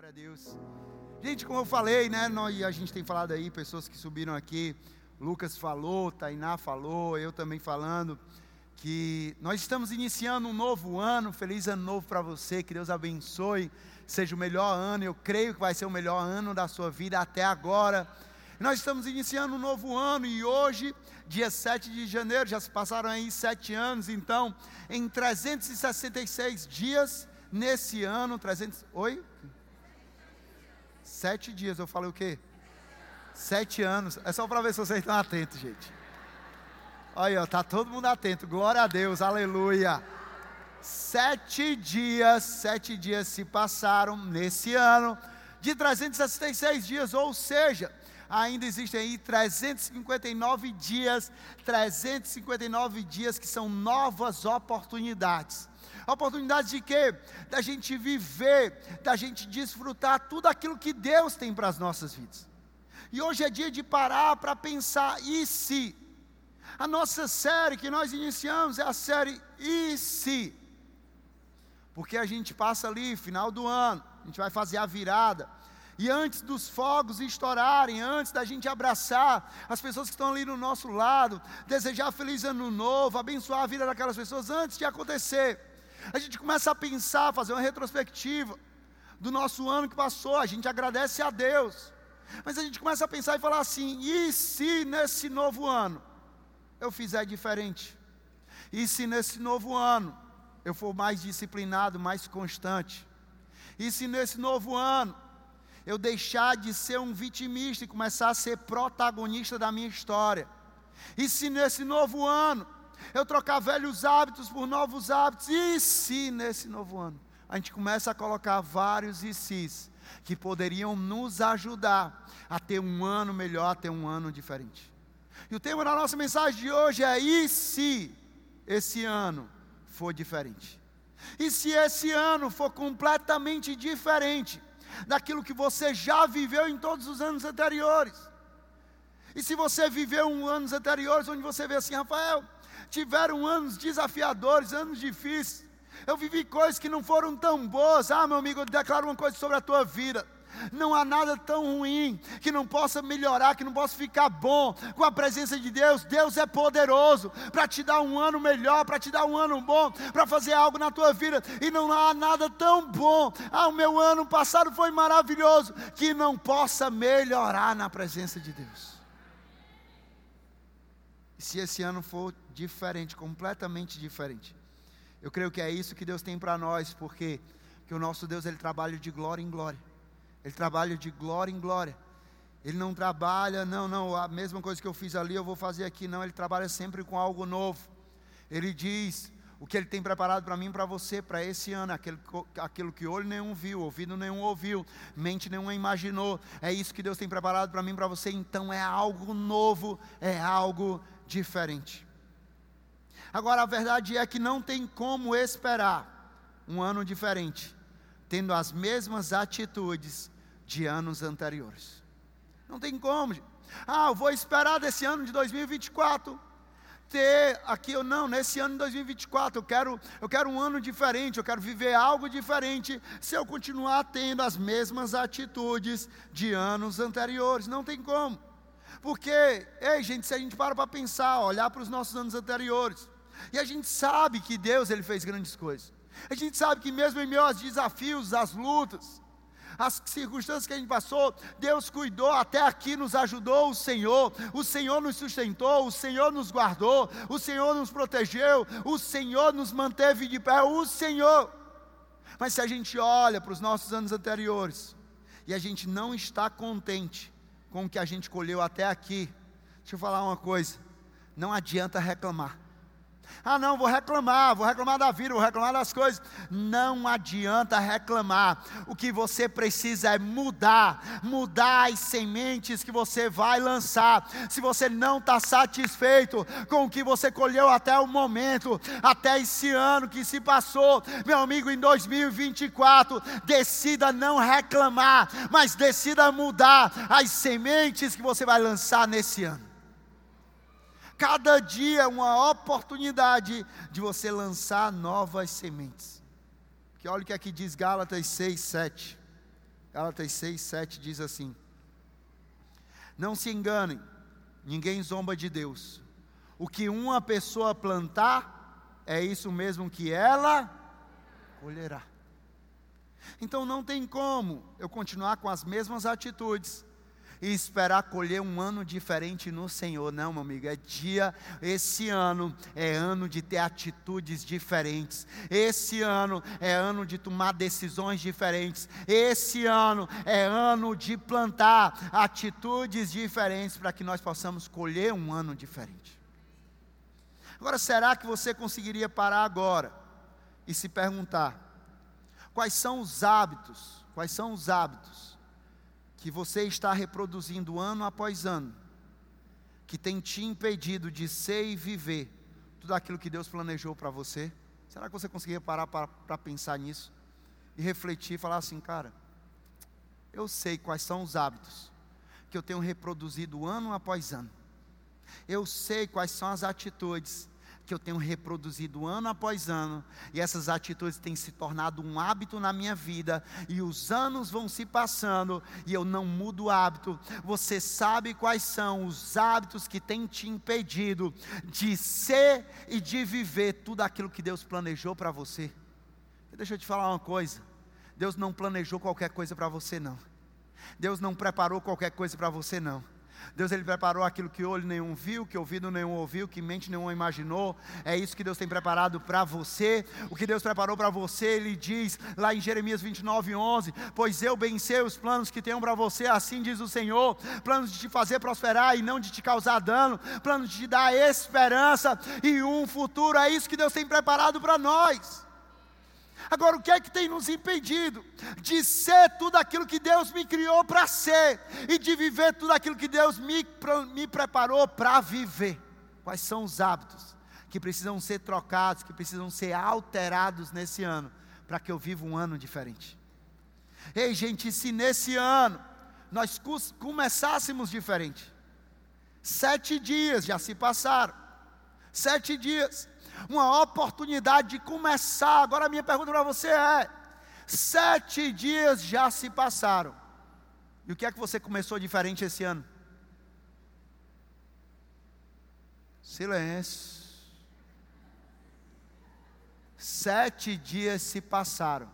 a Deus. Gente, como eu falei, né, a gente tem falado aí, pessoas que subiram aqui, Lucas falou, Tainá falou, eu também falando, que nós estamos iniciando um novo ano. Feliz ano novo para você, que Deus abençoe, seja o melhor ano. Eu creio que vai ser o melhor ano da sua vida até agora. Nós estamos iniciando um novo ano e hoje, dia 7 de janeiro, já se passaram aí 7 anos, então, em 366 dias, nesse ano, 7 dias, eu falei o quê? 7 anos, é só para ver se vocês estão atentos, gente. Olha, está todo mundo atento, glória a Deus, aleluia. 7 dias se passaram nesse ano, de 366 dias, ou seja, ainda existem aí 359 dias que são novas oportunidades. Oportunidades de quê? Da gente viver, da gente desfrutar tudo aquilo que Deus tem para as nossas vidas. E hoje é dia de parar para pensar, e se? A nossa série que nós iniciamos é a série E Se? Porque a gente passa ali, final do ano, a gente vai fazer a virada. E antes dos fogos estourarem, antes da gente abraçar as pessoas que estão ali no nosso lado, desejar feliz ano novo, abençoar a vida daquelas pessoas, antes de acontecer, a gente começa a pensar, fazer uma retrospectiva do nosso ano que passou. A gente agradece a Deus, mas a gente começa a pensar e falar assim: e se nesse novo ano eu fizer diferente? E se nesse novo ano eu for mais disciplinado, mais constante? E se nesse novo ano eu deixar de ser um vitimista e começar a ser protagonista da minha história? E se nesse novo ano eu trocar velhos hábitos por novos hábitos? E se nesse novo ano a gente começa a colocar vários e se's que poderiam nos ajudar a ter um ano melhor, a ter um ano diferente? E o tema da nossa mensagem de hoje é: e se esse ano for diferente? E se esse ano for completamente diferente daquilo que você já viveu em todos os anos anteriores? E se você viveu anos anteriores onde você vê assim: Rafael, tiveram anos desafiadores, anos difíceis, eu vivi coisas que não foram tão boas. Meu amigo, eu declaro uma coisa sobre a tua vida: não há nada tão ruim que não possa melhorar, que não possa ficar bom com a presença de Deus. Deus é poderoso para te dar um ano melhor, para te dar um ano bom, para fazer algo na tua vida. E não há nada tão bom, o meu ano passado foi maravilhoso, que não possa melhorar na presença de Deus. E se esse ano for diferente, completamente diferente, eu creio que é isso que Deus tem para nós, porque o nosso Deus, Ele trabalha de glória em glória. Ele trabalha de glória em glória. Ele não trabalha, não, a mesma coisa que eu fiz ali eu vou fazer aqui, não. Ele trabalha sempre com algo novo. Ele diz o que Ele tem preparado para mim e para você, para esse ano, aquilo que olho nenhum viu, ouvido nenhum ouviu, mente nenhuma imaginou. É isso que Deus tem preparado para mim e para você. Então é algo novo, é algo diferente. Agora, a verdade é que não tem como esperar um ano diferente tendo as mesmas atitudes de anos anteriores. Não tem como. Eu vou esperar desse ano de 2024 ter aqui, não, nesse ano de 2024 eu quero um ano diferente, eu quero viver algo diferente, se eu continuar tendo as mesmas atitudes de anos anteriores. Não tem como. Porque, gente, se a gente para pensar, olhar para os nossos anos anteriores, e a gente sabe que Deus, Ele fez grandes coisas. A gente sabe que mesmo em meio aos desafios, às lutas, as circunstâncias que a gente passou, Deus cuidou, até aqui nos ajudou o Senhor nos sustentou, o Senhor nos guardou, o Senhor nos protegeu, o Senhor nos manteve de pé, o Senhor. Mas se a gente olha para os nossos anos anteriores, e a gente não está contente com o que a gente colheu até aqui, deixa eu falar uma coisa: não adianta reclamar. Não, vou reclamar da vida, vou reclamar das coisas. Não adianta reclamar. O que você precisa é mudar as sementes que você vai lançar. Se você não está satisfeito com o que você colheu até o momento, até esse ano que se passou, meu amigo, em 2024, decida não reclamar, mas decida mudar as sementes que você vai lançar nesse ano. Cada dia é uma oportunidade de você lançar novas sementes. Que olha o que aqui diz Gálatas 6:7. Gálatas 6, 7 diz assim: não se enganem, ninguém zomba de Deus. O que uma pessoa plantar, é isso mesmo que ela colherá. Então não tem como eu continuar com as mesmas atitudes e esperar colher um ano diferente no Senhor. Não, meu amigo, esse ano é ano de ter atitudes diferentes. Esse ano é ano de tomar decisões diferentes. Esse ano é ano de plantar atitudes diferentes para que nós possamos colher um ano diferente. Agora, será que você conseguiria parar agora e se perguntar: quais são os hábitos que você está reproduzindo ano após ano, que tem te impedido de ser e viver tudo aquilo que Deus planejou para você? Será que você conseguiria parar para pensar nisso e refletir e falar assim: cara, eu sei quais são os hábitos que eu tenho reproduzido ano após ano. Eu sei quais são as atitudes que eu tenho reproduzido ano após ano, e essas atitudes têm se tornado um hábito na minha vida, e os anos vão se passando, e eu não mudo o hábito. Você sabe quais são os hábitos que têm te impedido de ser e de viver tudo aquilo que Deus planejou para você? Deixa eu te falar uma coisa: Deus não planejou qualquer coisa para você, não. Deus não preparou qualquer coisa para você, não. Deus, Ele preparou aquilo que olho nenhum viu, que ouvido nenhum ouviu, que mente nenhum imaginou. É isso que Deus tem preparado para você. O que Deus preparou para você, Ele diz lá em Jeremias 29:11: pois eu bem sei os planos que tenho para você, assim diz o Senhor, planos de te fazer prosperar e não de te causar dano, planos de te dar esperança e um futuro. É isso que Deus tem preparado para nós. Agora, o que é que tem nos impedido de ser tudo aquilo que Deus me criou para ser, e de viver tudo aquilo que Deus me preparou para viver? Quais são os hábitos que precisam ser trocados, que precisam ser alterados nesse ano, para que eu viva um ano diferente? Ei, gente, se nesse ano nós começássemos diferente, 7 dias já se passaram, 7 dias, uma oportunidade de começar. Agora a minha pergunta para você é: 7 dias já se passaram, e o que é que você começou diferente esse ano? Silêncio. 7 dias se passaram,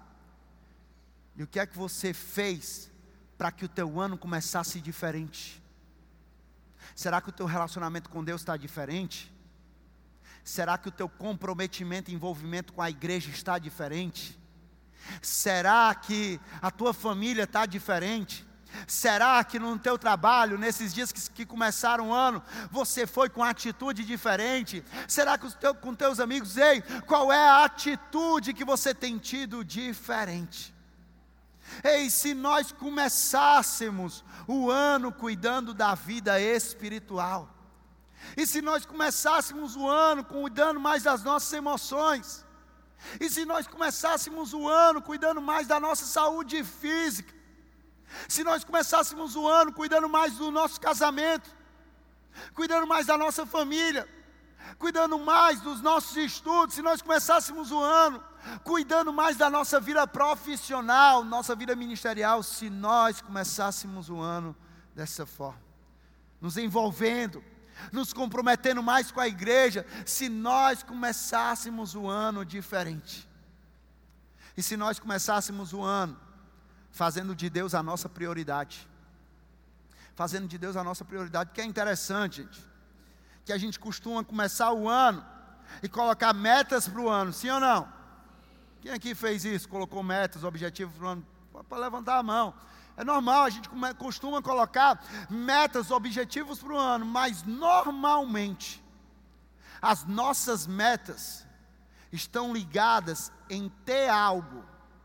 e o que é que você fez para que o teu ano começasse diferente? Será que o teu relacionamento com Deus está diferente? Será que o teu comprometimento e envolvimento com a igreja está diferente? Será que a tua família está diferente? Será que no teu trabalho, nesses dias que começaram o ano, você foi com atitude diferente? Será que com teus amigos, ei, qual é a atitude que você tem tido diferente? Ei, se nós começássemos o ano cuidando da vida espiritual, e se nós começássemos o ano cuidando mais das nossas emoções, e se nós começássemos o ano cuidando mais da nossa saúde física, se nós começássemos o ano cuidando mais do nosso casamento, cuidando mais da nossa família, cuidando mais dos nossos estudos, se nós começássemos o ano cuidando mais da nossa vida profissional, nossa vida ministerial, se nós começássemos o ano dessa forma, nos envolvendo, nos comprometendo mais com a igreja, se nós começássemos o ano diferente, e se nós começássemos o ano fazendo de Deus a nossa prioridade, fazendo de Deus a nossa prioridade. Que é interessante, gente, que a gente costuma começar o ano e colocar metas para o ano, sim ou não? Quem aqui fez isso? Colocou metas, objetivos para o ano? Para levantar a mão. É normal, a gente costuma colocar metas, objetivos para o ano, mas normalmente as nossas metas estão ligadas em ter algo,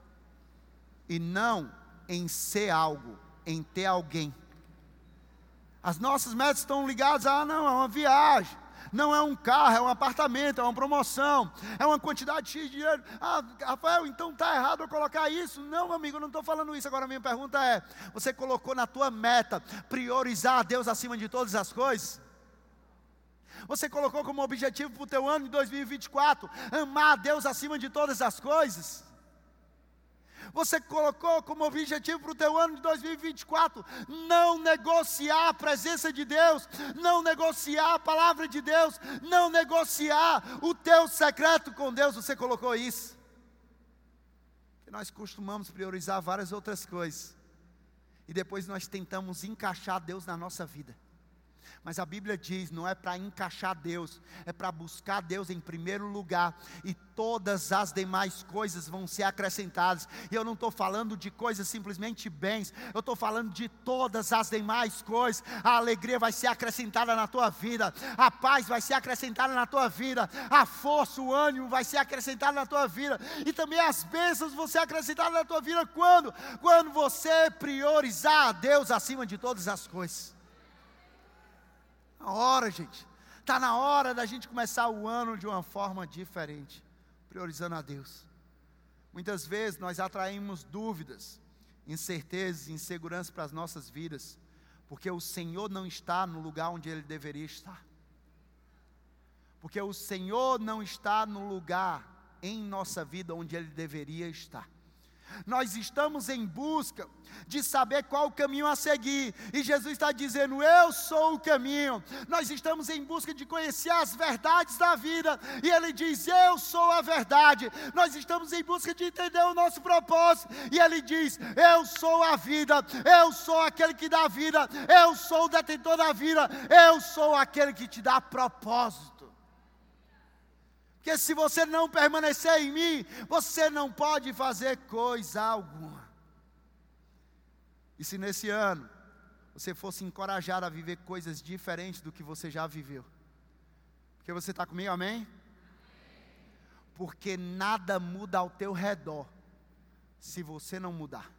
e não em ser algo, em ter alguém. As nossas metas estão ligadas a, não, é uma viagem, não é um carro, é um apartamento, é uma promoção, é uma quantidade de dinheiro. Ah, Rafael, então está errado eu colocar isso? Não, meu amigo, eu não estou falando isso. Agora a minha pergunta é: você colocou na tua meta priorizar a Deus acima de todas as coisas? Você colocou como objetivo para o teu ano de 2024 amar a Deus acima de todas as coisas? Você colocou como objetivo para o teu ano de 2024, não negociar a presença de Deus, não negociar a palavra de Deus, não negociar o teu secreto com Deus. Você colocou isso? Porque nós costumamos priorizar várias outras coisas, e depois nós tentamos encaixar Deus na nossa vida. Mas a Bíblia diz, não é para encaixar Deus, é para buscar Deus em primeiro lugar, e todas as demais coisas vão ser acrescentadas. E eu não estou falando de coisas simplesmente bens, eu estou falando de todas as demais coisas. A alegria vai ser acrescentada na tua vida, a paz vai ser acrescentada na tua vida, a força, o ânimo vai ser acrescentado na tua vida, e também as bênçãos vão ser acrescentadas na tua vida. Quando você priorizar a Deus acima de todas as coisas. Na hora, gente, está na hora da gente começar o ano de uma forma diferente, priorizando a Deus. Muitas vezes nós atraímos dúvidas, incertezas, inseguranças para as nossas vidas, porque o Senhor não está no lugar onde Ele deveria estar. Porque o Senhor não está no lugar em nossa vida onde Ele deveria estar. Nós estamos em busca de saber qual o caminho a seguir, e Jesus está dizendo, eu sou o caminho. Nós estamos em busca de conhecer as verdades da vida, e Ele diz, eu sou a verdade. Nós estamos em busca de entender o nosso propósito, e Ele diz, eu sou a vida, eu sou aquele que dá vida, eu sou o detentor da vida, eu sou aquele que te dá propósito. Porque se você não permanecer em mim, você não pode fazer coisa alguma. E se nesse ano você fosse encorajado a viver coisas diferentes do que você já viveu? Porque você está comigo, amém? Porque nada muda ao teu redor se você não mudar.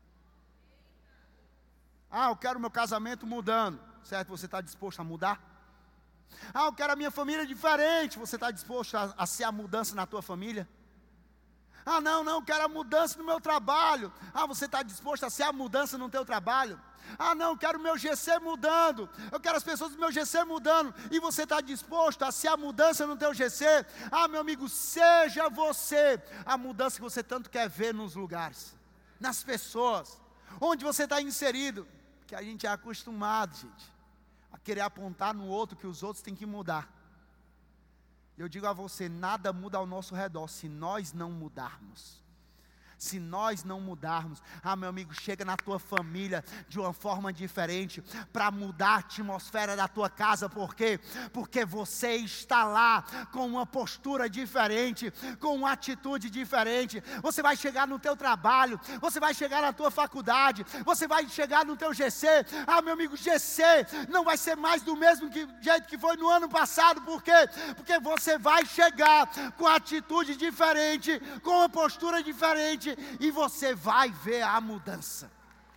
Eu quero meu casamento mudando, certo? Você está disposto a mudar? Eu quero a minha família diferente. Você está disposto a ser a mudança na tua família? Não, eu quero a mudança no meu trabalho. Você está disposto a ser a mudança no teu trabalho? Não, eu quero o meu GC mudando, eu quero as pessoas do meu GC mudando. E você está disposto a ser a mudança no teu GC? Meu amigo, seja você a mudança que você tanto quer ver nos lugares, nas pessoas, onde você está inserido. Que a gente é acostumado, gente, a querer apontar no outro que os outros têm que mudar. Eu digo a você, nada muda ao nosso redor se nós não mudarmos. Se nós não mudarmos, meu amigo, chega na tua família de uma forma diferente, para mudar a atmosfera da tua casa. Por quê? Porque você está lá com uma postura diferente, com uma atitude diferente. Você vai chegar no teu trabalho, você vai chegar na tua faculdade, você vai chegar no teu GC. Meu amigo, GC não vai ser mais do mesmo jeito que foi no ano passado. Por quê? Porque você vai chegar com atitude diferente, com uma postura diferente, e você vai ver a mudança.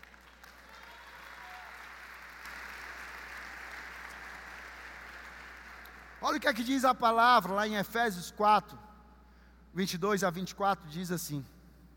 Olha o que é que diz a palavra lá em Efésios 4, 22 a 24, diz assim: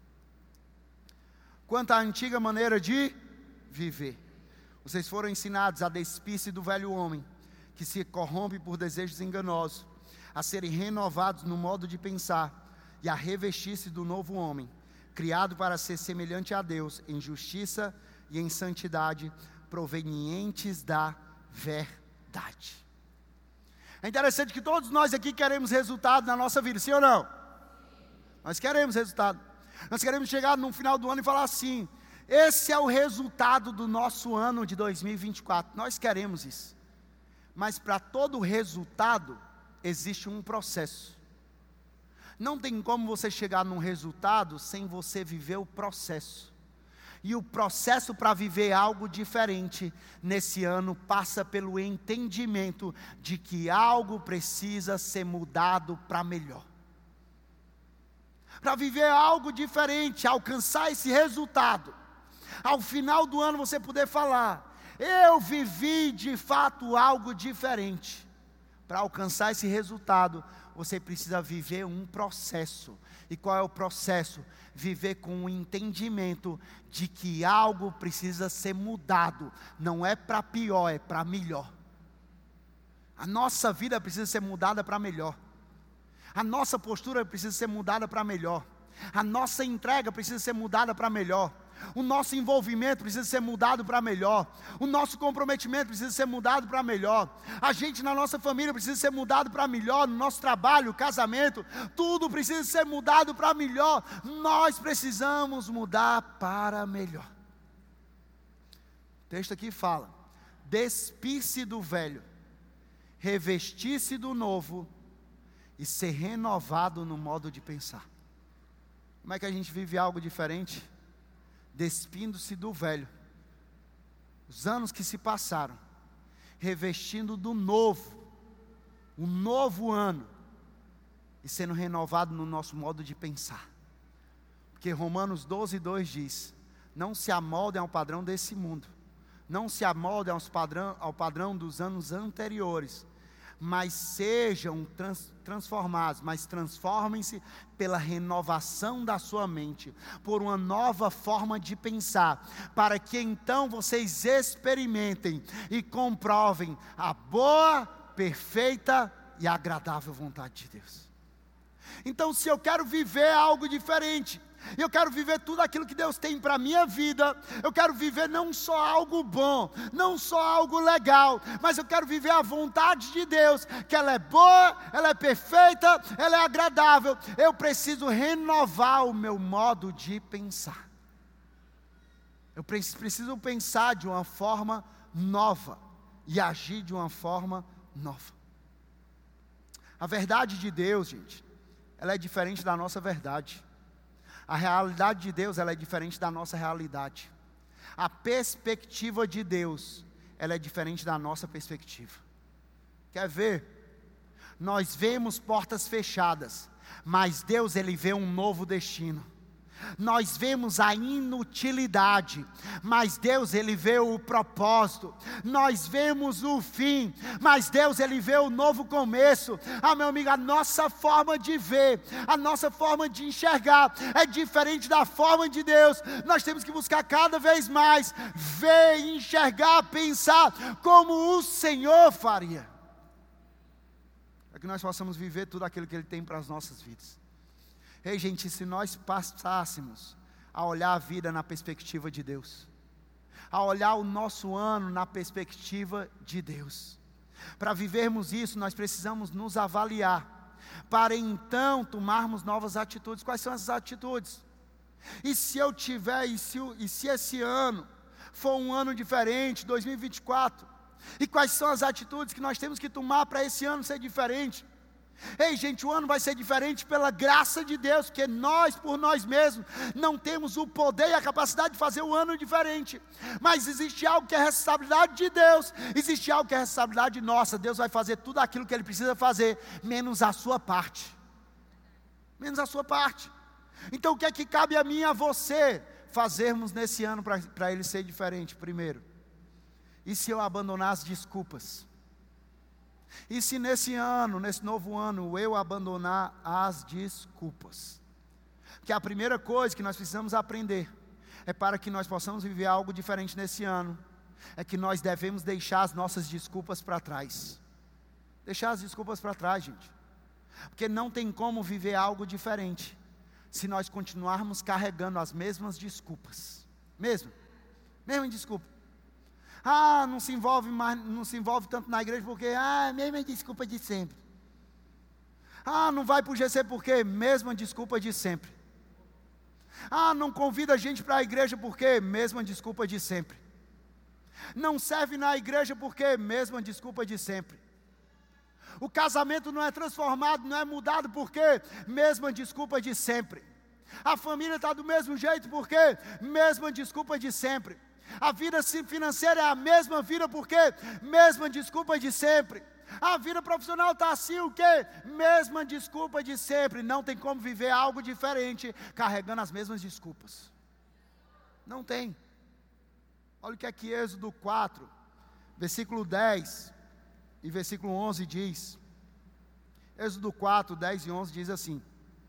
quanto à antiga maneira de viver, vocês foram ensinados a despir-se do velho homem, que se corrompe por desejos enganosos, a serem renovados no modo de pensar, e a revestir-se do novo homem, criado para ser semelhante a Deus, em justiça e em santidade, provenientes da verdade. É interessante que todos nós aqui queremos resultado na nossa vida, sim ou não? Nós queremos resultado. Nós queremos chegar no final do ano e falar assim: esse é o resultado do nosso ano de 2024. Nós queremos isso. Mas para todo resultado existe um processo. Não tem como você chegar num resultado sem você viver o processo. E o processo para viver algo diferente nesse ano passa pelo entendimento de que algo precisa ser mudado para melhor. Para viver algo diferente, alcançar esse resultado, ao final do ano você poder falar: eu vivi de fato algo diferente. Para alcançar esse resultado, você precisa viver um processo. E qual é o processo? Viver com o entendimento de que algo precisa ser mudado. Não é para pior, é para melhor. A nossa vida precisa ser mudada para melhor. A nossa postura precisa ser mudada para melhor. A nossa entrega precisa ser mudada para melhor. O nosso envolvimento precisa ser mudado para melhor. O nosso comprometimento precisa ser mudado para melhor. A gente na nossa família precisa ser mudado para melhor. No nosso trabalho, casamento, tudo precisa ser mudado para melhor. Nós precisamos mudar para melhor. O texto aqui fala: despir-se do velho, revestir-se do novo e ser renovado no modo de pensar. Como é que a gente vive algo diferente? Despindo-se do velho, os anos que se passaram, revestindo do novo, um novo ano, e sendo renovado no nosso modo de pensar. Porque Romanos 12:2 diz: não se amoldem ao padrão desse mundo, não se amoldem ao padrão dos anos anteriores, mas sejam transformados, mas transformem-se pela renovação da sua mente, por uma nova forma de pensar, para que então vocês experimentem e comprovem a boa, perfeita e agradável vontade de Deus. Então, se eu quero viver algo diferente, eu quero viver tudo aquilo que Deus tem para a minha vida, eu quero viver não só algo bom, não só algo legal, mas eu quero viver a vontade de Deus, que ela é boa, ela é perfeita, ela é agradável. Eu preciso renovar o meu modo de pensar. Eu preciso pensar de uma forma nova e agir de uma forma nova. A verdade de Deus, gente, ela é diferente da nossa verdade. A realidade de Deus, ela é diferente da nossa realidade. A perspectiva de Deus, ela é diferente da nossa perspectiva. Quer ver? Nós vemos portas fechadas, mas Deus, Ele vê um novo destino. Nós vemos a inutilidade, mas Deus, Ele vê o propósito. Nós vemos o fim, mas Deus, Ele vê o novo começo. Meu amigo, a nossa forma de ver, a nossa forma de enxergar é diferente da forma de Deus. Nós temos que buscar cada vez mais ver, enxergar, pensar como o Senhor faria, para que nós possamos viver tudo aquilo que Ele tem para as nossas vidas. Ei, gente, se nós passássemos a olhar a vida na perspectiva de Deus, a olhar o nosso ano na perspectiva de Deus, para vivermos isso, nós precisamos nos avaliar, para então tomarmos novas atitudes. Quais são essas atitudes? E se eu tiver, e se esse ano for um ano diferente, 2024, e quais são as atitudes que nós temos que tomar para esse ano ser diferente? Ei, gente, o ano vai ser diferente pela graça de Deus, porque nós, por nós mesmos, não temos o poder e a capacidade de fazer o ano diferente. Mas existe algo que é responsabilidade de Deus, existe algo que é responsabilidade nossa. Deus vai fazer tudo aquilo que Ele precisa fazer, menos a sua parte. Menos a sua parte. Então o que é que cabe a mim e a você fazermos nesse ano para ele ser diferente? Primeiro, e se eu abandonar as desculpas? E se nesse ano, nesse novo ano, eu abandonar as desculpas? Que a primeira coisa que nós precisamos aprender é, para que nós possamos viver algo diferente nesse ano, é que nós devemos deixar as nossas desculpas para trás. Deixar as desculpas para trás, gente. Porque não tem como viver algo diferente se nós continuarmos carregando as mesmas desculpas. Mesma desculpa. Não se envolve mais, não se envolve tanto na igreja porque mesma desculpa de sempre. Não vai para o GC porque mesma desculpa de sempre. Não convida a gente para a igreja porque mesma desculpa de sempre. Não serve na igreja porque mesma desculpa de sempre. O casamento não é transformado, não é mudado porque mesma desculpa de sempre. A família está do mesmo jeito porque mesma desculpa de sempre. A vida financeira é a mesma vida porque mesma desculpa de sempre. A vida profissional está assim, o quê? Mesma desculpa de sempre. Não tem como viver algo diferente carregando as mesmas desculpas. Não tem. Olha o que aqui Êxodo 4, versículo 10 e versículo 11 diz. Êxodo 4, 10 e 11 diz assim: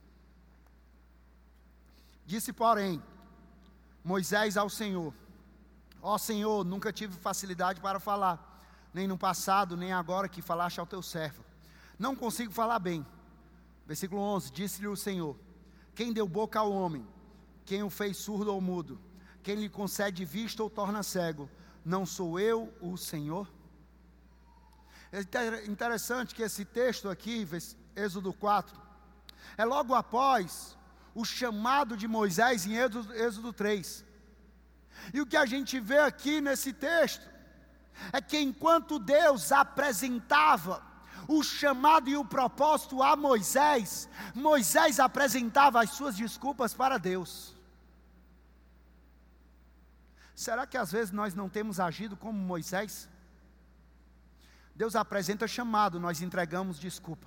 disse, porém, Moisés ao Senhor: ó Senhor, nunca tive facilidade para falar, nem no passado, nem agora que falaste ao teu servo. Não consigo falar bem. Versículo 11, disse-lhe o Senhor: Quem deu boca ao homem? Quem o fez surdo ou mudo? Quem lhe concede vista ou torna cego? Não sou eu, o Senhor? É interessante que esse texto aqui, Êxodo 4, é logo após o chamado de Moisés em Êxodo 3. E o que a gente vê aqui nesse texto é que enquanto Deus apresentava o chamado e o propósito a Moisés, Moisés apresentava as suas desculpas para Deus. Será que às vezes nós não temos agido como Moisés? Deus apresenta chamado, nós entregamos desculpa.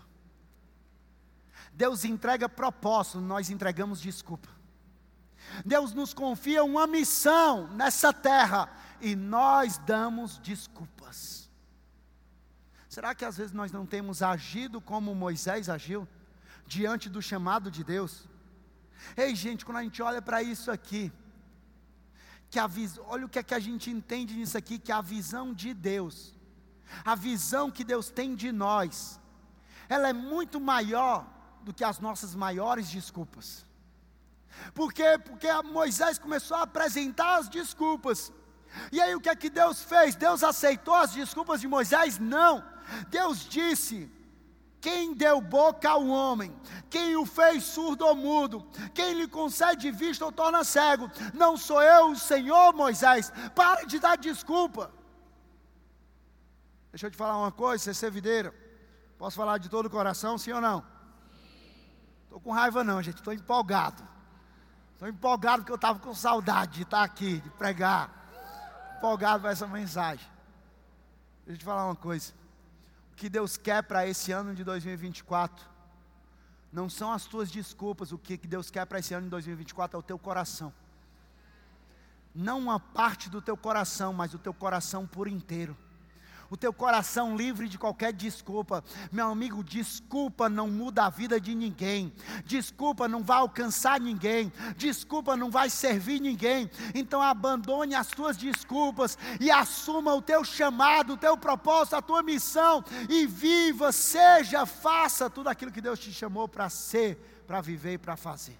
Deus entrega propósito, nós entregamos desculpa. Deus nos confia uma missão nessa terra e nós damos desculpas. Será que às vezes nós não temos agido como Moisés agiu, diante do chamado de Deus? Ei, gente, quando a gente olha para isso aqui, olha o que é que a gente entende nisso aqui, que a visão de Deus, a visão que Deus tem de nós, ela é muito maior do que as nossas maiores desculpas. Por quê? Porque Moisés começou a apresentar as desculpas. E aí o que é que Deus fez? Deus aceitou as desculpas de Moisés? Não. Deus disse: quem deu boca ao homem, quem o fez surdo ou mudo, quem lhe concede vista ou torna cego, não sou eu, o Senhor, Moisés. Para de dar desculpa. Deixa eu te falar uma coisa, CC Videira, posso falar de todo o coração, sim ou não? Estou com raiva não, gente, estou empolgado. Estou empolgado porque eu estava com saudade de estar aqui, de pregar. Empolgado com essa mensagem. Deixa eu te falar uma coisa. O que Deus quer para esse ano de 2024 não são as tuas desculpas. O que Deus quer para esse ano de 2024 é o teu coração. Não uma parte do teu coração, mas o teu coração por inteiro. O teu coração livre de qualquer desculpa. Meu amigo, desculpa não muda a vida de ninguém. Desculpa não vai alcançar ninguém. Desculpa não vai servir ninguém. Então abandone as tuas desculpas e assuma o teu chamado, o teu propósito, a tua missão. E viva, seja, faça tudo aquilo que Deus te chamou para ser, para viver e para fazer.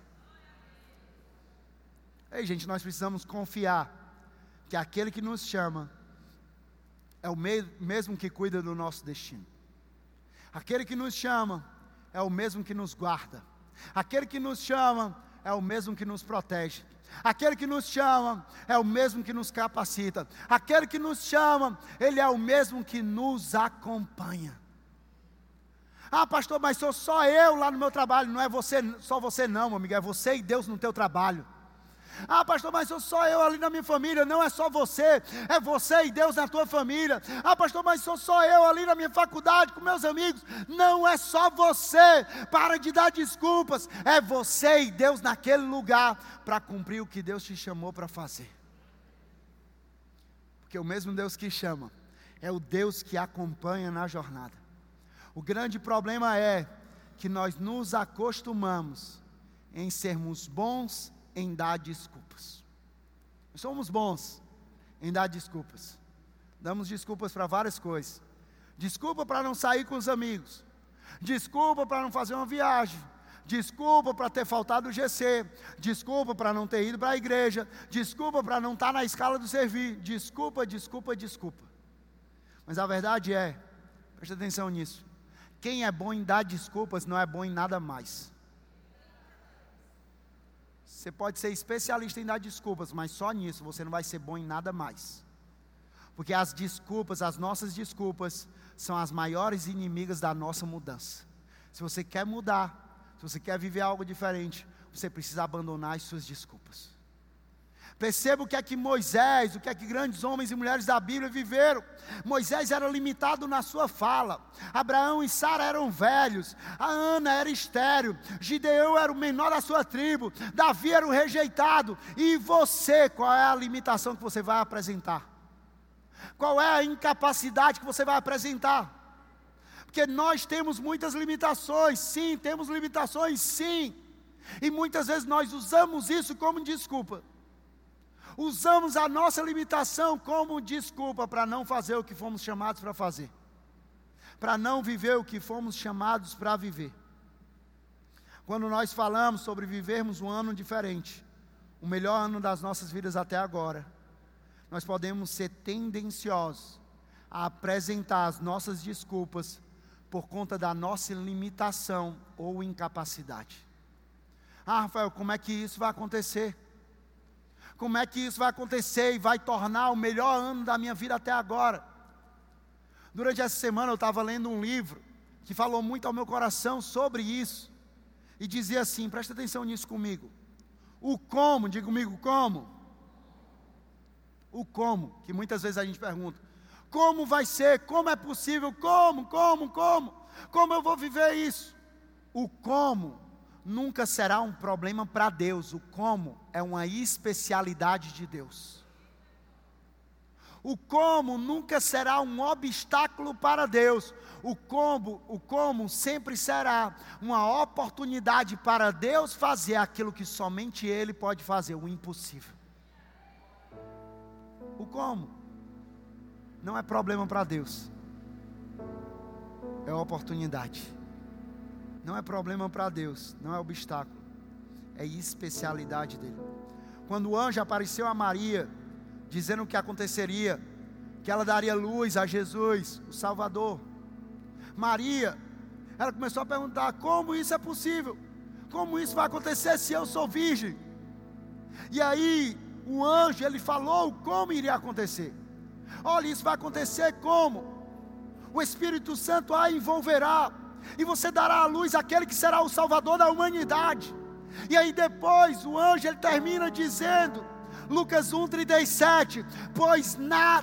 Ei, gente, nós precisamos confiar que aquele que nos chama é o mesmo que cuida do nosso destino. Aquele que nos chama é o mesmo que nos guarda. Aquele que nos chama é o mesmo que nos protege. Aquele que nos chama é o mesmo que nos capacita. Aquele que nos chama, Ele é o mesmo que nos acompanha. Ah, pastor, mas sou só eu lá no meu trabalho. Não é só você não, meu amigo, é você e Deus no teu trabalho. Ah, pastor, mas sou só eu ali na minha família. Não é só você, é você e Deus na tua família. Ah, pastor, mas sou só eu ali na minha faculdade com meus amigos. Não é só você. Para de dar desculpas. É você e Deus naquele lugar para cumprir o que Deus te chamou para fazer. Porque o mesmo Deus que chama é o Deus que acompanha na jornada. O grande problema é que nós nos acostumamos em sermos bons em dar desculpas. Nós somos bons em dar desculpas. Damos desculpas para várias coisas. Desculpa para não sair com os amigos. Desculpa para não fazer uma viagem. Desculpa para ter faltado o GC. Desculpa para não ter ido para a igreja. Desculpa para não estar na escala do servir. Desculpa, desculpa, desculpa. Mas a verdade é, preste atenção nisso, quem é bom em dar desculpas não é bom em nada mais. Você pode ser especialista em dar desculpas, mas só nisso você não vai ser bom em nada mais. Porque as desculpas, as nossas desculpas, são as maiores inimigas da nossa mudança. Se você quer mudar, se você quer viver algo diferente, você precisa abandonar as suas desculpas. Perceba o que é que Moisés, o que é que grandes homens e mulheres da Bíblia viveram. Moisés era limitado na sua fala. Abraão e Sara eram velhos. A Ana era estéril. Gideão era o menor da sua tribo. Davi era o rejeitado. E você, qual é a limitação que você vai apresentar? Qual é a incapacidade que você vai apresentar? Porque nós temos muitas limitações. Sim, temos limitações, sim. E muitas vezes nós usamos isso como desculpa. Usamos a nossa limitação como desculpa para não fazer o que fomos chamados para fazer. Para não viver o que fomos chamados para viver. quando nós falamos sobre vivermos um ano diferente, o melhor ano das nossas vidas até agora, nós podemos ser tendenciosos a apresentar as nossas desculpas por conta da nossa limitação ou incapacidade. Ah, Rafael, como é que isso vai acontecer? Como é que isso vai acontecer e vai tornar o melhor ano da minha vida até agora? Durante essa semana eu estava lendo um livro que falou muito ao meu coração sobre isso. E dizia assim, presta atenção nisso comigo. O como, diga comigo, como? O como, que muitas vezes a gente pergunta. Como vai ser? Como é possível? Como? Como eu vou viver isso? O como nunca será um problema para Deus. O como é uma especialidade de Deus. O como nunca será um obstáculo para Deus. O como sempre será uma oportunidade para Deus fazer aquilo que somente Ele pode fazer, o impossível. O como não é problema para Deus, é oportunidade. Não é problema para Deus, não é obstáculo, é especialidade dele. Quando o anjo apareceu a Maria, dizendo o que aconteceria, que ela daria luz a Jesus, o Salvador, Maria, ela começou a perguntar, como isso é possível? Como isso vai acontecer se eu sou virgem? E aí, o anjo, ele falou como iria acontecer. Olha, isso vai acontecer como? O Espírito Santo a envolverá, e você dará à luz aquele que será o Salvador da humanidade. E aí depois, o anjo, ele termina dizendo, Lucas 1:37, pois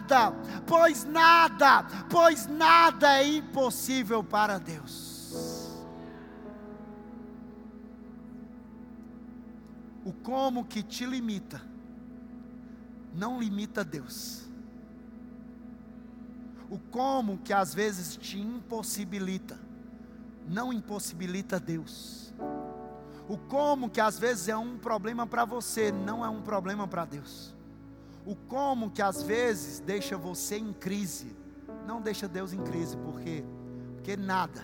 nada é impossível para Deus. O como que te limita, não limita Deus. O como que às vezes te impossibilita, não impossibilita Deus. O como que às vezes é um problema para você, não é um problema para Deus. O como que às vezes deixa você em crise, não deixa Deus em crise, porque nada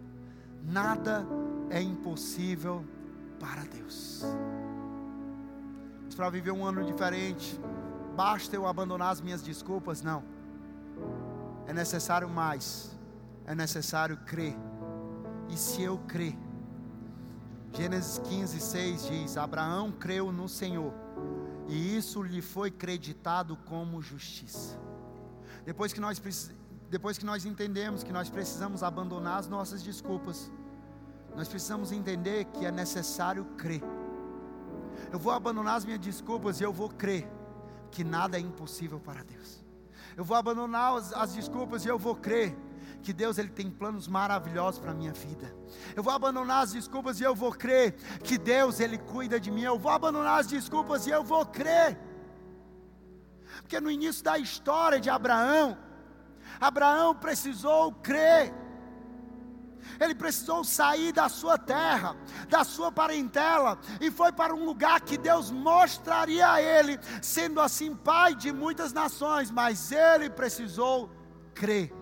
é impossível para Deus. Mas para viver um ano diferente, basta eu abandonar as minhas desculpas? Não. É necessário mais, é necessário crer. E se eu crer, Gênesis 15:6 diz, Abraão creu no Senhor, e isso lhe foi creditado como justiça. Depois que nós entendemos que nós precisamos abandonar as nossas desculpas, nós precisamos entender que é necessário crer. Eu vou abandonar as minhas desculpas e eu vou crer que nada é impossível para Deus. Eu vou abandonar as desculpas e eu vou crer que Deus, Ele tem planos maravilhosos para a minha vida. Eu vou abandonar as desculpas e eu vou crer que Deus, Ele cuida de mim. Eu vou abandonar as desculpas e eu vou crer. Porque no início da história de Abraão precisou crer. Ele precisou sair da sua terra, da sua parentela, e foi para um lugar que Deus mostraria a ele, sendo assim pai de muitas nações, mas ele precisou crer.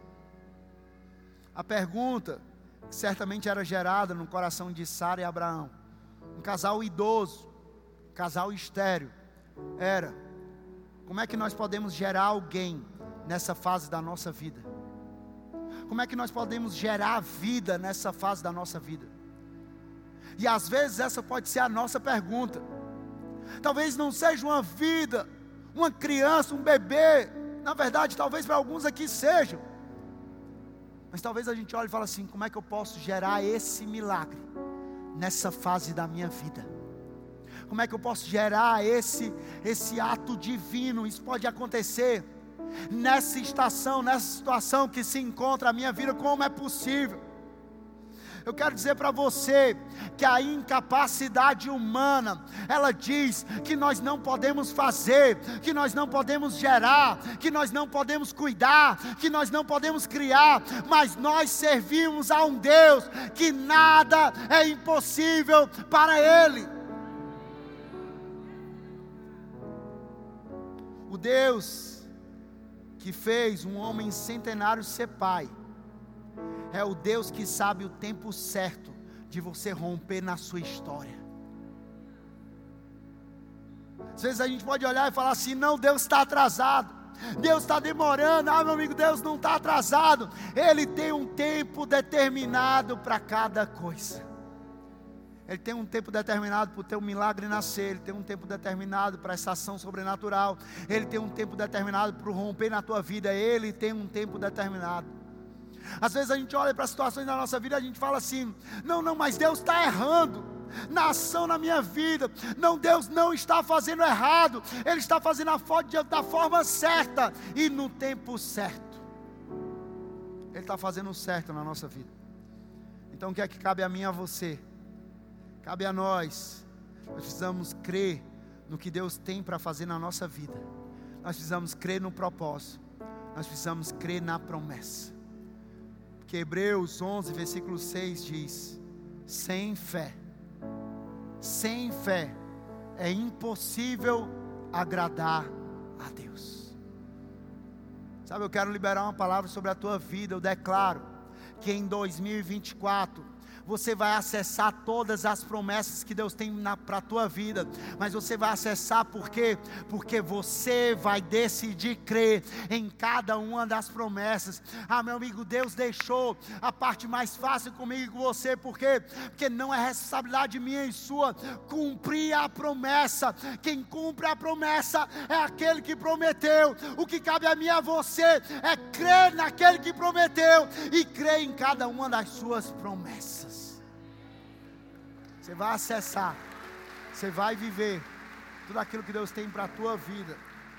A pergunta que certamente era gerada no coração de Sara e Abraão, um casal idoso, um casal estéril, era: como é que nós podemos gerar alguém nessa fase da nossa vida? Como é que nós podemos gerar vida nessa fase da nossa vida? E às vezes essa pode ser a nossa pergunta. Talvez não seja uma vida, uma criança, um bebê. Na verdade, talvez para alguns aqui sejam. Mas talvez a gente olhe e fale assim: como é que eu posso gerar esse milagre nessa fase da minha vida? Como é que eu posso gerar esse ato divino? Isso pode acontecer nessa estação, nessa situação que se encontra a minha vida. Como é possível? Eu quero dizer para você que a incapacidade humana, ela diz que nós não podemos fazer, que nós não podemos gerar, que nós não podemos cuidar, que nós não podemos criar, mas nós servimos a um Deus que nada é impossível para Ele. O Deus que fez um homem centenário ser pai, é o Deus que sabe o tempo certo de você romper na sua história. Às vezes a gente pode olhar e falar assim: não, Deus está atrasado, Deus está demorando. Meu amigo, Deus não está atrasado. Ele tem um tempo determinado para cada coisa. Ele tem um tempo determinado para o teu milagre nascer. Ele tem um tempo determinado para essa ação sobrenatural. Ele tem um tempo determinado para o romper na tua vida. Ele tem um tempo determinado. Às vezes a gente olha para situações da nossa vida e a gente fala assim: não, mas Deus está errando na ação na minha vida. Não, Deus não está fazendo errado. Ele está fazendo da forma certa e no tempo certo. Ele está fazendo o certo na nossa vida. Então o que é que cabe a mim e a você? Cabe a nós. Nós precisamos crer no que Deus tem para fazer na nossa vida. Nós precisamos crer no propósito. Nós precisamos crer na promessa. Porque Hebreus 11, versículo 6 diz: sem fé é impossível agradar a Deus. Sabe, eu quero liberar uma palavra sobre a tua vida. Eu declaro que em 2024 você vai acessar todas as promessas que Deus tem para a tua vida. Mas você vai acessar por quê? Porque você vai decidir crer em cada uma das promessas. Meu amigo, Deus deixou a parte mais fácil comigo e com você. Por quê? Porque não é responsabilidade minha e sua cumprir a promessa. Quem cumpre a promessa é aquele que prometeu. O que cabe a mim e a você é crer naquele que prometeu e crer em cada uma das suas promessas. Você vai acessar, você vai viver tudo aquilo que Deus tem para a tua vida.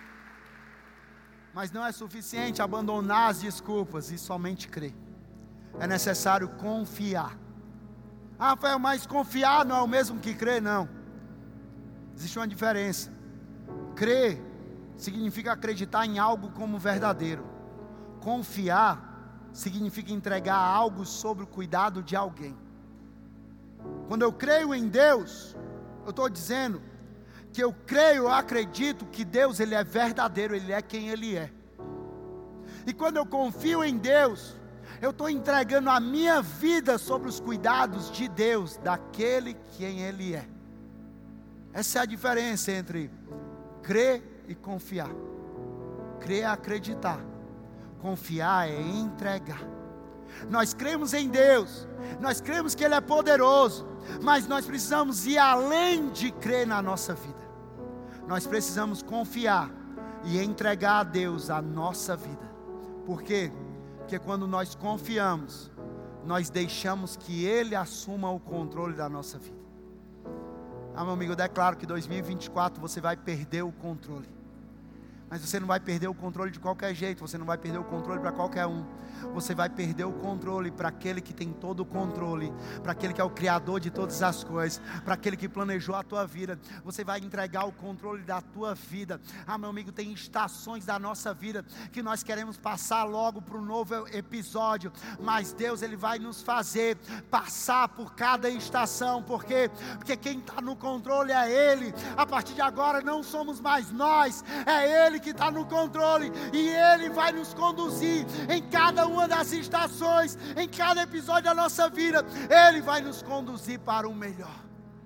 Mas não é suficiente abandonar as desculpas e somente crer. É necessário confiar. Rafael, mas confiar não é o mesmo que crer? Não. Existe uma diferença. Crer significa acreditar em algo como verdadeiro. Confiar significa entregar algo sob o cuidado de alguém. Quando eu creio em Deus, eu estou dizendo que eu creio, eu acredito que Deus, Ele é verdadeiro, Ele é quem Ele é. E quando eu confio em Deus, eu estou entregando a minha vida sobre os cuidados de Deus, daquele quem Ele é. Essa é a diferença entre crer e confiar. Crer é acreditar, confiar é entregar. Nós cremos em Deus, nós cremos que Ele é poderoso, mas nós precisamos ir além de crer na nossa vida. Nós precisamos confiar e entregar a Deus a nossa vida. Por quê? Porque quando nós confiamos, nós deixamos que Ele assuma o controle da nossa vida. Meu amigo, eu declaro que em 2024 você vai perder o controle. Mas você não vai perder o controle de qualquer jeito. Você não vai perder o controle para qualquer um. Você vai perder o controle para aquele que tem todo o controle, para aquele que é o Criador de todas as coisas, para aquele que planejou a tua vida. Você vai entregar o controle da tua vida. Meu amigo, tem estações da nossa vida que nós queremos passar logo para um novo episódio, mas Deus, Ele vai nos fazer passar por cada estação. Por quê? Porque quem está no controle é Ele. A partir de agora não somos mais nós, é Ele que está no controle, e Ele vai nos conduzir em cada uma das estações, em cada episódio da nossa vida. Ele vai nos conduzir para o melhor,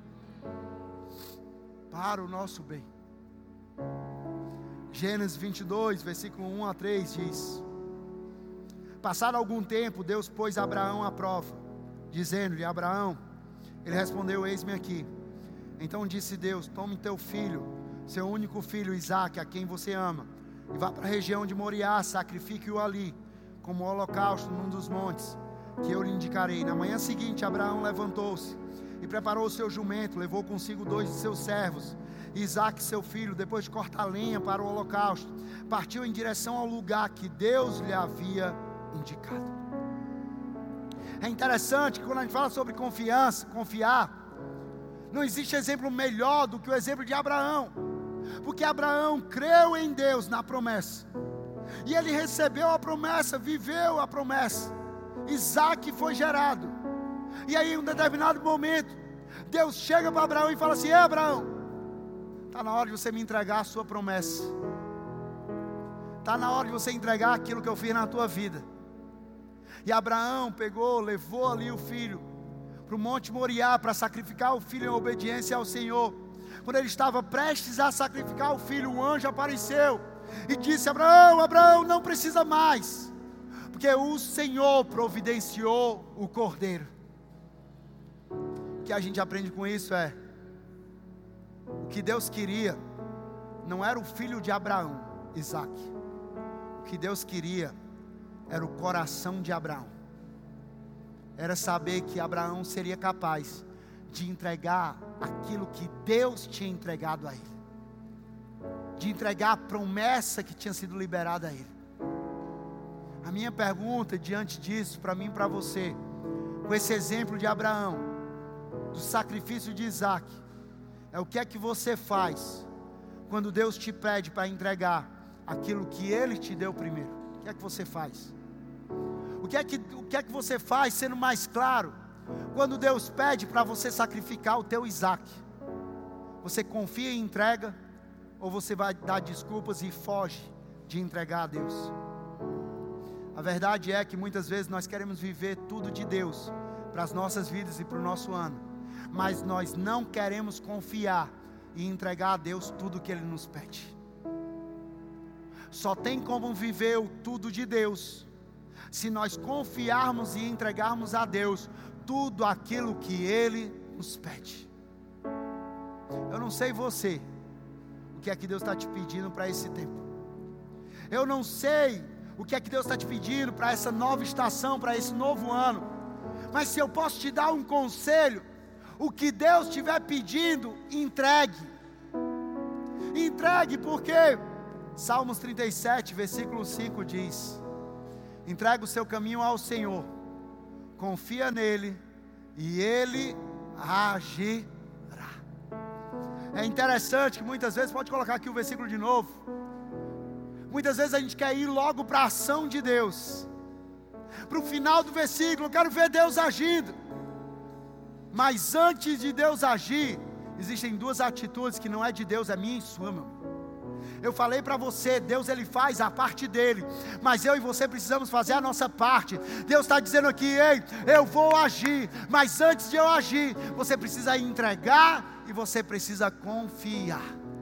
para o nosso bem. Gênesis 22, versículo 1 a 3 diz: passado algum tempo, Deus pôs Abraão à prova, dizendo-lhe: Abraão. Ele respondeu: eis-me aqui. Então disse Deus: tome teu filho, seu único filho Isaque, a quem você ama, e vá para a região de Moriá, sacrifique-o ali, como holocausto num dos montes, que eu lhe indicarei. Na manhã seguinte, Abraão levantou-se e preparou o seu jumento, levou consigo 2 de seus servos, Isaque seu filho. Depois de cortar lenha para o holocausto, partiu em direção ao lugar que Deus lhe havia indicado. É interessante que quando a gente fala sobre confiança, confiar, não existe exemplo melhor do que o exemplo de Abraão. Porque Abraão creu em Deus na promessa, e ele recebeu a promessa, viveu a promessa. Isaque foi gerado. E aí em um determinado momento, Deus chega para Abraão e fala assim: ei, Abraão, está na hora de você me entregar a sua promessa. Está na hora de você entregar aquilo que eu fiz na tua vida. E Abraão pegou, levou ali o filho, para o Monte Moriá para sacrificar o filho em obediência ao Senhor, quando ele estava prestes a sacrificar o filho, um anjo apareceu e disse: Abraão, Abraão, não precisa mais, porque o Senhor providenciou o cordeiro. O que a gente aprende com isso é: o que Deus queria não era o filho de Abraão, Isaac. O que Deus queria era o coração de Abraão. Era saber que Abraão seria capaz de entregar aquilo que Deus tinha entregado a ele, de entregar a promessa que tinha sido liberada a ele. A minha pergunta diante disso, para mim e para você, com esse exemplo de Abraão, do sacrifício de Isaac, é: o que é que você faz quando Deus te pede para entregar aquilo que Ele te deu primeiro? O que é que você faz? O que é que você faz, sendo mais claro, quando Deus pede para você sacrificar o teu Isaac? Você confia e entrega, ou você vai dar desculpas e foge de entregar a Deus? A verdade é que muitas vezes nós queremos viver tudo de Deus para as nossas vidas e para o nosso ano, mas nós não queremos confiar e entregar a Deus tudo que Ele nos pede. Só tem como viver o tudo de Deus se nós confiarmos e entregarmos a Deus tudo aquilo que Ele nos pede. Eu não sei você, o que é que Deus está te pedindo para esse tempo. Eu não sei o que é que Deus está te pedindo para essa nova estação, para esse novo ano. Mas se eu posso te dar um conselho, o que Deus estiver pedindo, entregue. Entregue, porque Salmos 37, versículo 5 diz: entrega o seu caminho ao Senhor, confia nele e Ele agirá. É interessante que muitas vezes, pode colocar aqui o versículo de novo, muitas vezes a gente quer ir logo para a ação de Deus, para o final do versículo: eu quero ver Deus agindo. Mas antes de Deus agir, existem duas atitudes que não é de Deus, é minha e sua, meu. Eu falei para você, Deus Ele faz a parte dele, mas eu e você precisamos fazer a nossa parte. Deus está dizendo aqui: ei, eu vou agir, mas antes de eu agir, você precisa entregar e você precisa confiar.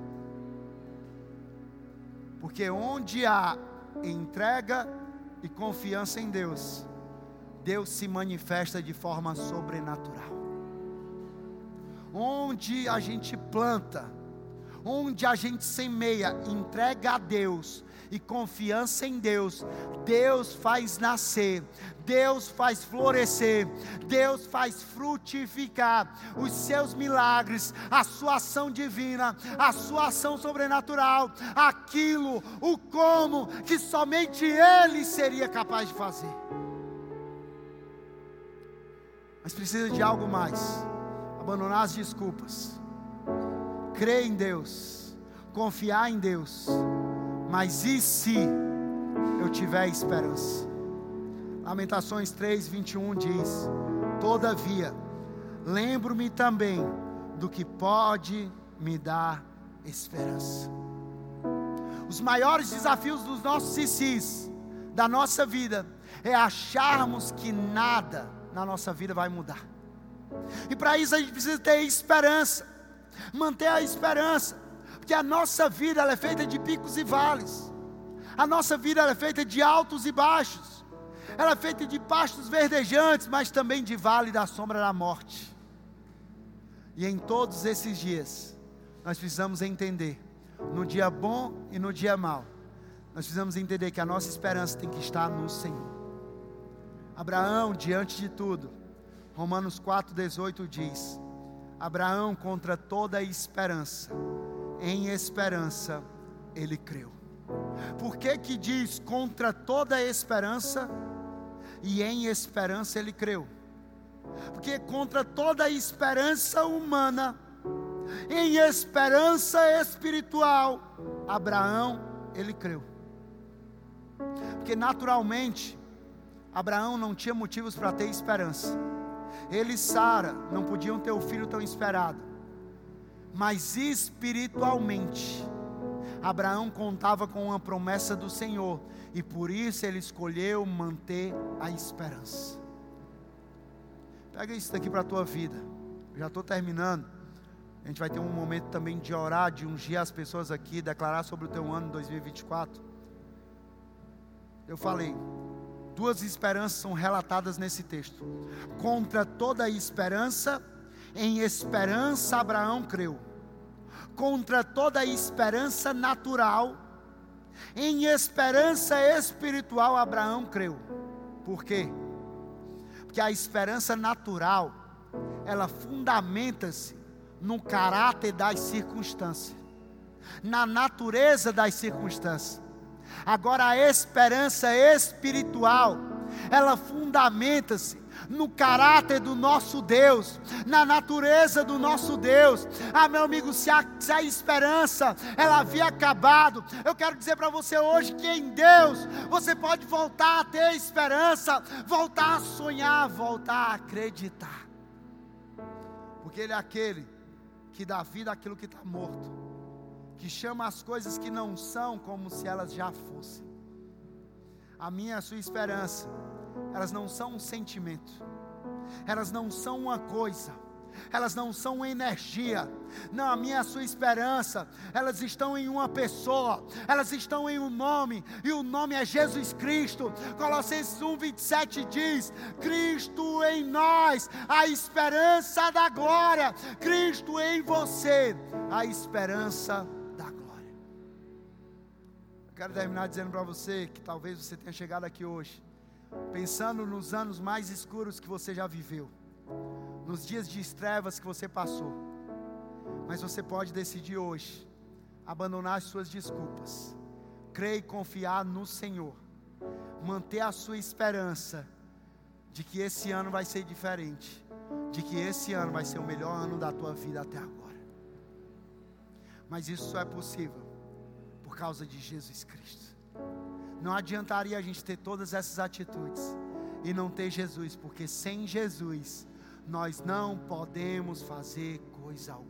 Porque onde há entrega e confiança em Deus, Deus se manifesta de forma sobrenatural. Onde a gente planta, onde a gente semeia, entrega a Deus e confiança em Deus, Deus faz nascer, Deus faz florescer, Deus faz frutificar os seus milagres, a sua ação divina, a sua ação sobrenatural, aquilo, o como que somente Ele seria capaz de fazer. Mas precisa de algo mais: abandonar as desculpas, crer em Deus, confiar em Deus. Mas e se eu tiver esperança? Lamentações 3:21 diz: todavia, lembro-me também do que pode me dar esperança. Os maiores desafios dos nossos CCs, da nossa vida, é acharmos que nada na nossa vida vai mudar. E para isso a gente precisa ter esperança, manter a esperança, porque a nossa vida ela é feita de picos e vales, a nossa vida ela é feita de altos e baixos, ela é feita de pastos verdejantes, mas também de vale da sombra da morte. E em todos esses dias, nós precisamos entender, no dia bom e no dia mau, nós precisamos entender que a nossa esperança tem que estar no Senhor. Abraão, diante de tudo, Romanos 4:18 diz: Abraão, contra toda esperança, em esperança ele creu. Por que que diz contra toda esperança e em esperança ele creu? Porque contra toda esperança humana, em esperança espiritual, Abraão ele creu. Porque naturalmente Abraão não tinha motivos para ter esperança. Ele e Sara não podiam ter o filho tão esperado. Mas espiritualmente, Abraão contava com uma promessa do Senhor, e por isso ele escolheu manter a esperança. Pega isso daqui para a tua vida. Eu já estou terminando. A gente vai ter um momento também de orar, de ungir as pessoas aqui, declarar sobre o teu ano 2024. Eu falei, 2 esperanças são relatadas nesse texto. Contra toda esperança, em esperança Abraão creu. Contra toda esperança natural, em esperança espiritual Abraão creu. Por quê? Porque a esperança natural, ela fundamenta-se no caráter das circunstâncias, na natureza das circunstâncias. Agora a esperança espiritual, ela fundamenta-se no caráter do nosso Deus, na natureza do nosso Deus. Meu amigo, se a esperança ela havia acabado, eu quero dizer para você hoje que em Deus você pode voltar a ter esperança, voltar a sonhar, voltar a acreditar, porque Ele é aquele que dá vida àquilo que está morto, que chama as coisas que não são como se elas já fossem. A minha e a sua esperança, elas não são um sentimento, elas não são uma coisa, elas não são uma energia. Não, a minha e a sua esperança, elas estão em uma pessoa, elas estão em um nome, e o nome é Jesus Cristo. Colossenses 1:27 diz: Cristo em nós, a esperança da glória. Cristo em você, a esperança da glória. Eu quero terminar dizendo para você que talvez você tenha chegado aqui hoje pensando nos anos mais escuros que você já viveu, nos dias de trevas que você passou. Mas você pode decidir hoje abandonar as suas desculpas, crer e confiar no Senhor, manter a sua esperança de que esse ano vai ser diferente, de que esse ano vai ser o melhor ano da tua vida até agora. Mas isso só é possível por causa de Jesus Cristo. Não adiantaria a gente ter todas essas atitudes e não ter Jesus, porque sem Jesus nós não podemos fazer coisa alguma.